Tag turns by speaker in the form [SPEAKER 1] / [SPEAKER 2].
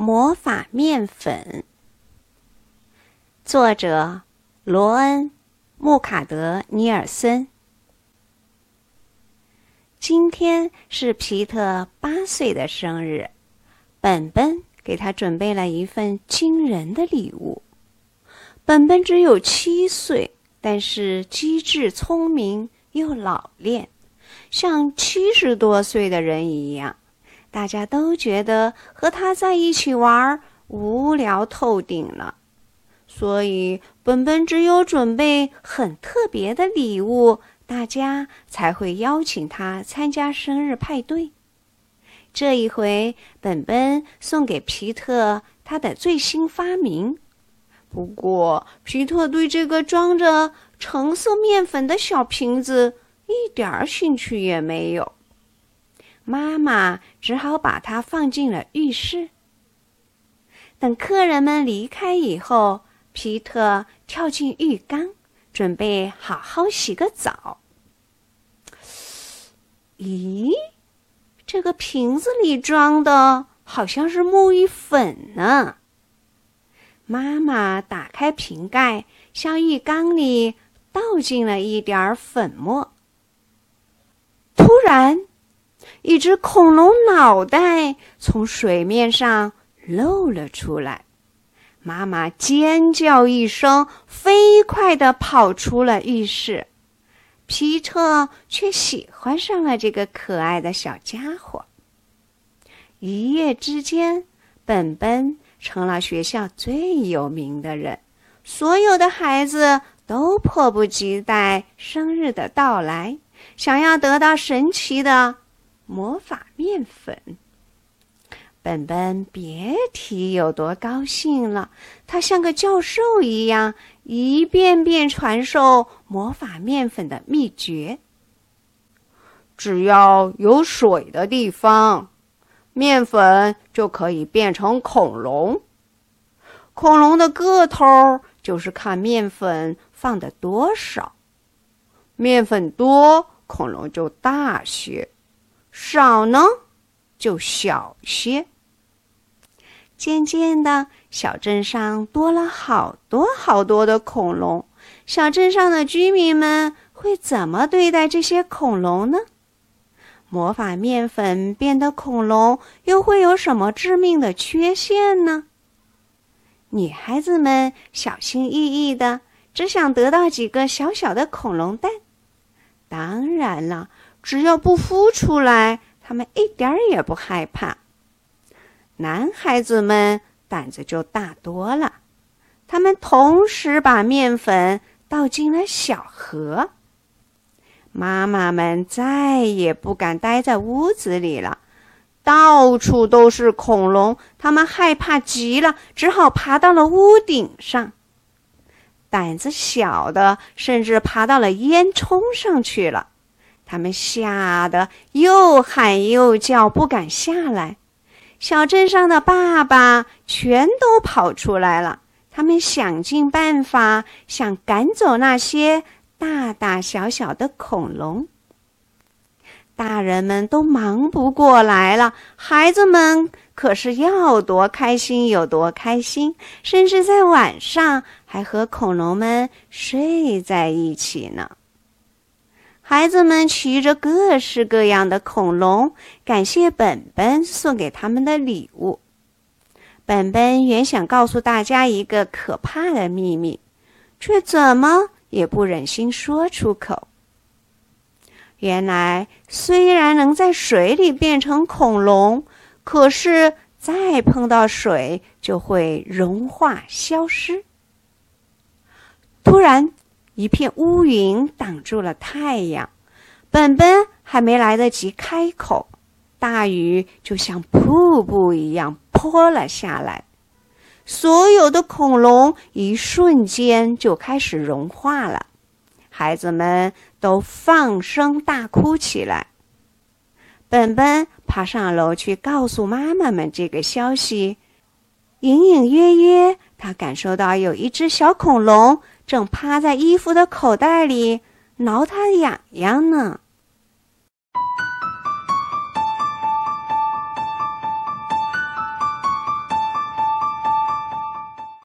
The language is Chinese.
[SPEAKER 1] 魔法面粉，作者罗恩·穆卡德尼尔森。今天是皮特8岁的生日，本本给他准备了一份惊人的礼物。本本只有7岁，但是机智聪明又老练，像70多岁的人一样。大家都觉得和他在一起玩无聊透顶了，所以本本只有准备很特别的礼物，大家才会邀请他参加生日派对。这一回，本本送给皮特他的最新发明。不过，皮特对这个装着橙色面粉的小瓶子一点兴趣也没有。妈妈只好把它放进了浴室。等客人们离开以后，皮特跳进浴缸，准备好好洗个澡。咦，这个瓶子里装的好像是沐浴粉呢。妈妈打开瓶盖，向浴缸里倒进了一点粉末。突然，一只恐龙脑袋从水面上露了出来，妈妈尖叫一声，飞快地跑出了浴室。皮特却喜欢上了这个可爱的小家伙。一夜之间，本本成了学校最有名的人，所有的孩子都迫不及待生日的到来，想要得到神奇的魔法面粉。本本别提有多高兴了，他像个教授一样，一遍遍传授魔法面粉的秘诀。只要有水的地方，面粉就可以变成恐龙。恐龙的个头就是看面粉放的多少，面粉多，恐龙就大些，少呢就小些。渐渐的，小镇上多了好多好多的恐龙。小镇上的居民们会怎么对待这些恐龙呢？魔法面粉变的恐龙又会有什么致命的缺陷呢？女孩子们小心翼翼的，只想得到几个小小的恐龙蛋。当然了，只要不孵出来，他们一点也不害怕。男孩子们胆子就大多了，他们同时把面粉倒进了小河。妈妈们再也不敢待在屋子里了，到处都是恐龙，他们害怕极了，只好爬到了屋顶上。胆子小的甚至爬到了烟囱上去了，他们吓得又喊又叫，不敢下来。小镇上的爸爸全都跑出来了，他们想尽办法想赶走那些大大小小的恐龙。大人们都忙不过来了，孩子们可是要多开心有多开心，甚至在晚上还和恐龙们睡在一起呢。孩子们骑着各式各样的恐龙，感谢本本送给他们的礼物。本本原想告诉大家一个可怕的秘密，却怎么也不忍心说出口。原来，虽然能在水里变成恐龙，可是再碰到水就会融化消失。突然，一片乌云挡住了太阳，本本还没来得及开口，大雨就像瀑布一样泼了下来。所有的恐龙一瞬间就开始融化了，孩子们都放声大哭起来。本本爬上楼去告诉妈妈们这个消息，隐隐约约他感受到有一只小恐龙正趴在衣服的口袋里挠他痒痒呢。